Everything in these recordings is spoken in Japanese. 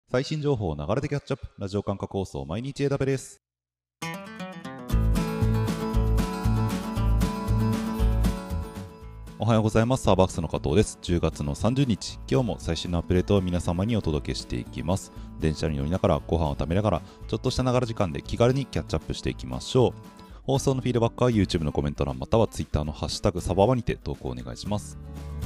最新情報を流れでキャッチアップ、ラジオ感覚放送毎日 AW です。おはようございます。サーバークスの加藤です。10月の30日、今日も最新のアップデートを皆様にお届けしていきます。電車に乗りながら、ご飯を食べながら、ちょっとしたながら時間で気軽にキャッチアップしていきましょう。放送のフィードバックは YouTube のコメント欄または Twitter のハッシュタグサババにて投稿お願いします。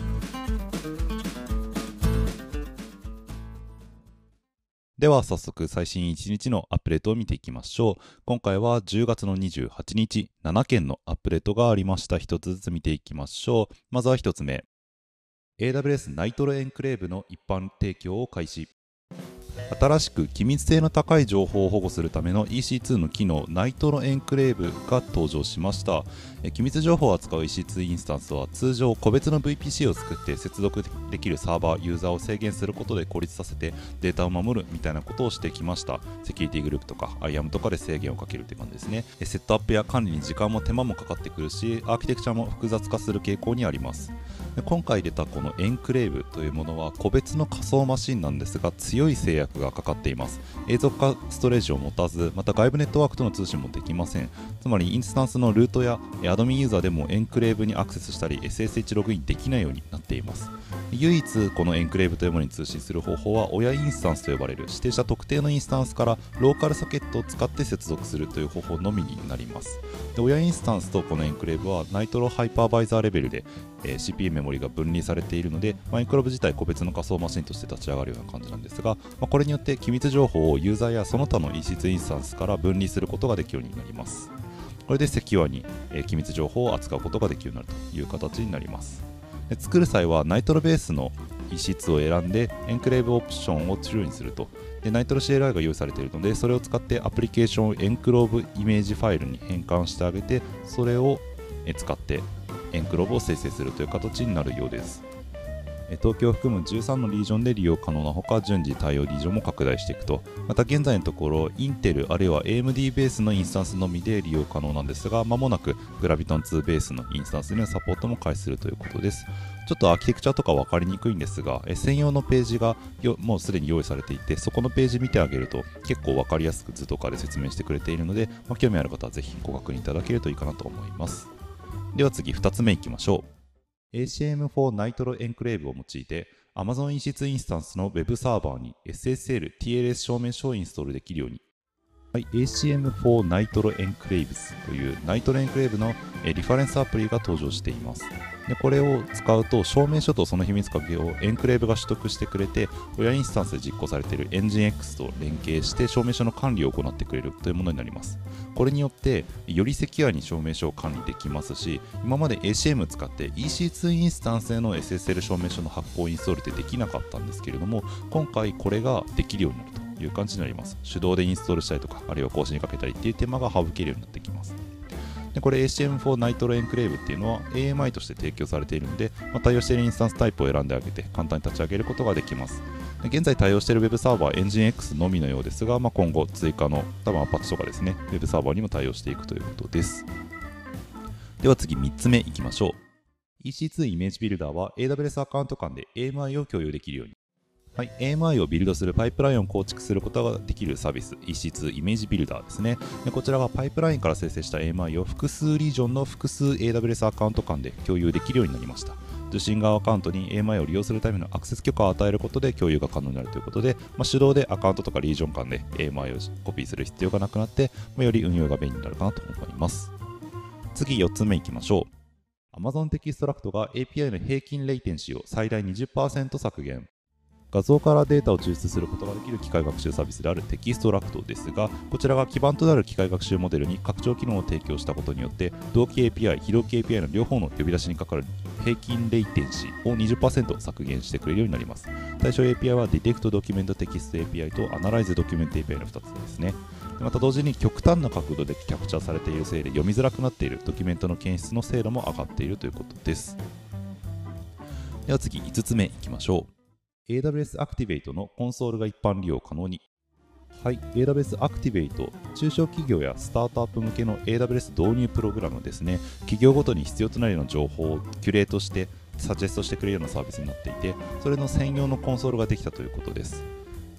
では早速最新1日のアップデートを見ていきましょう。今回は10月の28日、7件のアップデートがありました。1つずつ見ていきましょう。まずは1つ目。AWS ナイトロエンクレーブの一般提供を開始。新しく機密性の高い情報を保護するための EC2 の機能ナイトロエンクレーブが登場しました。機密情報を扱う EC2 インスタンスは通常個別の VPC を作って接続できるサーバーユーザーを制限することで孤立させてデータを守るみたいなことをしてきました。セキュリティグループとか IAM とかで制限をかけるって感じですね。セットアップや管理に時間も手間もかかってくるし、アーキテクチャも複雑化する傾向にあります。今回出たこのエンクレーブというものは個別の仮想マシンなんですが強い制約がかかっています。永続化ストレージを持たず、また外部ネットワークとの通信もできません。つまりインスタンスのルートやアドミンユーザーでもエンクレーブにアクセスしたり SSH ログインできないようになっています。唯一このエンクレーブというものに通信する方法は親インスタンスと呼ばれる指定した特定のインスタンスからローカルソケットを使って接続するという方法のみになります。で親インスタンスとこのエンクレーブはナイトロハイパーバイザーレベルで、CPU メモリが分離されているのでエンクレーブ自体個別の仮想マシンとして立ち上がるような感じなんですが、これによって機密情報をユーザーやその他の EC2 インスタンスから分離することができるようになります。これでセキュアに、機密情報を扱うことができるようになるという形になります。で作る際はナイトロベースの EC2 を選んでエンクレーブオプションを True にすると。でナイトロ CLI が用意されているのでそれを使ってアプリケーションをエンクローブイメージファイルに変換してあげてそれを使ってエンクローブを生成するという形になるようです。東京を含む13のリージョンで利用可能なほか順次対応リージョンも拡大していくと。また現在のところインテルあるいは AMD ベースのインスタンスのみで利用可能なんですが、間もなくグラビトン2ベースのインスタンスでのサポートも開始するということです。ちょっとアーキテクチャとか分かりにくいんですが、専用のページがもうすでに用意されていて、そこのページ見てあげると結構分かりやすく図とかで説明してくれているので、興味ある方はぜひご確認いただけるといいかなと思います。では次2つ目いきましょう。ACM4 ナイトロエンクレーブを用いてAmazon EC2 インスタンスの Web サーバーに SSL TLS 証明書をインストールできるように。ACM4 ナイトロエンクレーブスというナイトロエンクレーブのリファレンスアプリが登場しています。でこれを使うと証明書とその秘密鍵をエンクレーブが取得してくれて親インスタンスで実行されている NGINX と連携して証明書の管理を行ってくれるというものになります。これによってよりセキュアに証明書を管理できますし、今まで ACM 使って EC2 インスタンスへの SSL 証明書の発行インストールってできなかったんですけれども、今回これができるようになるという感じになります。手動でインストールしたりとかあるいは更新にかけたりっていう手間が省けるようになってきます。でこれ ACM4 ナイトロエンクレーブっていうのは AMI として提供されているので、対応しているインスタンスタイプを選んであげて簡単に立ち上げることができます。で現在対応している Web サーバーは NGINX のみのようですが、今後追加の多分アパッチとかですね Web サーバーにも対応していくということです。では次3つ目いきましょう。EC2 イメージビルダーは AWS アカウント間で AMI を共有できるように。AMI をビルドするパイプラインを構築することができるサービス EC2 イメージビルダーですね。でこちらはパイプラインから生成した AMI を複数リージョンの複数 AWS アカウント間で共有できるようになりました。受信側アカウントに AMI を利用するためのアクセス許可を与えることで共有が可能になるということで、手動でアカウントとかリージョン間で AMI をコピーする必要がなくなって、より運用が便利になるかなと思います。次4つ目いきましょう。Amazon テキストラクトが API の平均レイテンシーを最大 20% 削減。画像からデータを抽出することができる機械学習サービスであるテキストラクトですが、こちらが基盤となる機械学習モデルに拡張機能を提供したことによって同期 API、非同期 API の両方の呼び出しにかかる平均レイテンシーを 20% 削減してくれるようになります。対象 API は Detect Document Text API と Analyze Document API の2つですね。また同時に極端な角度でキャプチャーされているせいで読みづらくなっているドキュメントの検出の精度も上がっているということです。では次5つ目いきましょう。AWS Activate のコンソールが一般利用可能に。AWS Activate、中小企業やスタートアップ向けの AWS 導入プログラムですね。企業ごとに必要となるような情報をキュレートしてサジェストしてくれるようなサービスになっていて、それの専用のコンソールができたということです。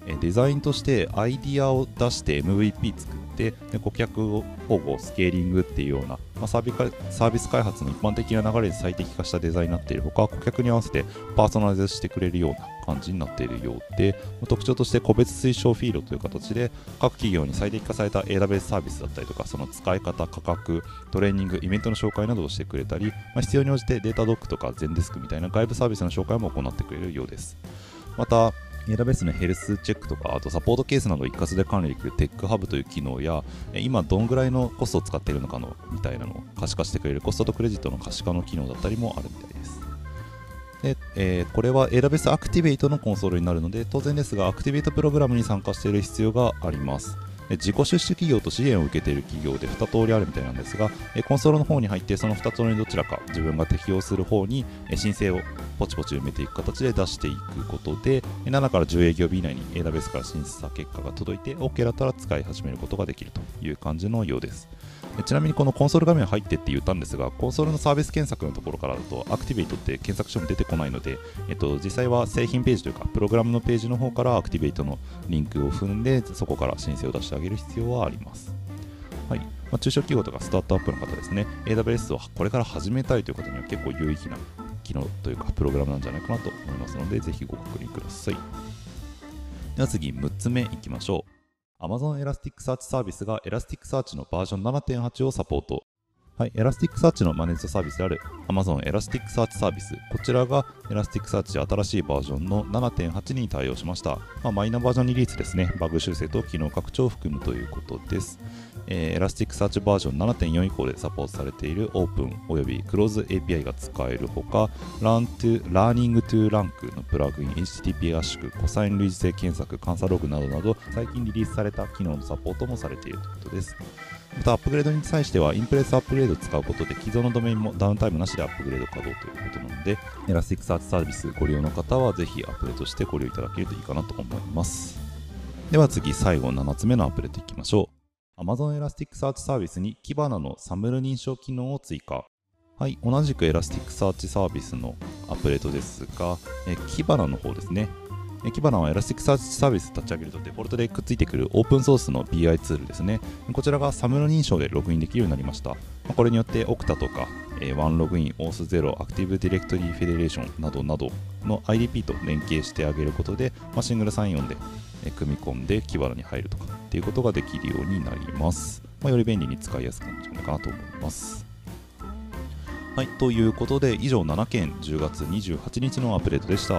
デザインとしてアイディアを出して MVP 作ってで顧客保護スケーリングっていうような、サービス開発の一般的な流れで最適化したデザインになっているほか、顧客に合わせてパーソナライズしてくれるような感じになっているようで、特徴として個別推奨フィールドという形で各企業に最適化された AWS サービスだったりとか、その使い方、価格、トレーニング、イベントの紹介などをしてくれたり、必要に応じてデータドックとかゼンデスクみたいな外部サービスの紹介も行ってくれるようです。またAWS のヘルスチェックとか、あとサポートケースなどを一括で管理できるテックハブという機能や、今どんぐらいのコストを使っているのかのみたいなのを可視化してくれるコストとクレジットの可視化の機能だったりもあるみたいです。でこれは AWS Activate のコンソールになるので、当然ですが Activate プログラムに参加している必要があります。自己出資企業と支援を受けている企業で2通りあるみたいなんですが、コンソールの方に入ってその2つのどちらか自分が適用する方に申請をポチポチ埋めていく形で出していくことで、7から10営業日以内に AWS から審査結果が届いて OK だったら使い始めることができるという感じのようです。ちなみにこのコンソール画面入ってって言ったんですが、コンソールのサービス検索のところからだと Activate って検索しても出てこないので、実際は製品ページというかプログラムのページの方から Activate のリンクを踏んでそこから申請を出してあげる必要はあります。はい。中小企業とかスタートアップの方ですね、AWS をこれから始めたいという方には結構有意義な機能というかプログラムなんじゃないかなと思いますので、ぜひご確認ください。では次6つ目いきましょう。Amazon Elasticsearch サービスが Elasticsearch のバージョン 7.8 をサポート。はい、Elasticsearch のマネージドサービスである Amazon Elasticsearch サービス。こちらが Elasticsearch 新しいバージョンの 7.8 に対応しました。マイナーバージョンリリースですね。バグ修正と機能拡張を含むということです。Elasticsearch バージョン 7.4 以降でサポートされている Open および Close API が使えるほか、Learning to Rank のプラグイン、HTTP 圧縮、コサイン類似性検索、監査ログなどなど、最近リリースされた機能のサポートもされているということです。またアップグレードに際してはインプレスアップグレードを使うことで既存のドメインもダウンタイムなしでアップグレード可能ということなので、Elasticsearch サービスご利用の方はぜひアップデートしてご利用いただけるといいかなと思います。では次、最後7つ目のアップデートいきましょう。Amazon Elasticsearch サービスにキバナのサムル認証機能を追加。はい、同じく Elasticsearch サービスのアップデートですが、キバナの方ですね。キバナは Elasticsearch サービス立ち上げるとデフォルトでくっついてくるオープンソースの BI ツールですね。こちらがサムル認証でログインできるようになりました。これによって Okta とか、ワンログイン、Auth0、Active Directory Federation などなどの IDP と連携してあげることで、シングルサインオンで組み込んでキバナに入るとかっていうことができるようになります。より便利に使いやすくなるんじゃないかなと思います。はい、ということで以上7件10月28日のアップデートでした。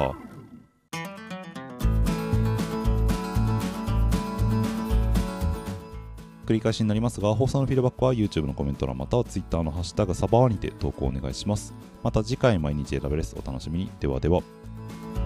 繰り返しになりますが、放送のフィードバックは YouTube のコメント欄または Twitter のハッシュタグサバワにて投稿お願いします。また次回毎日AWSお楽しみに。ではでは。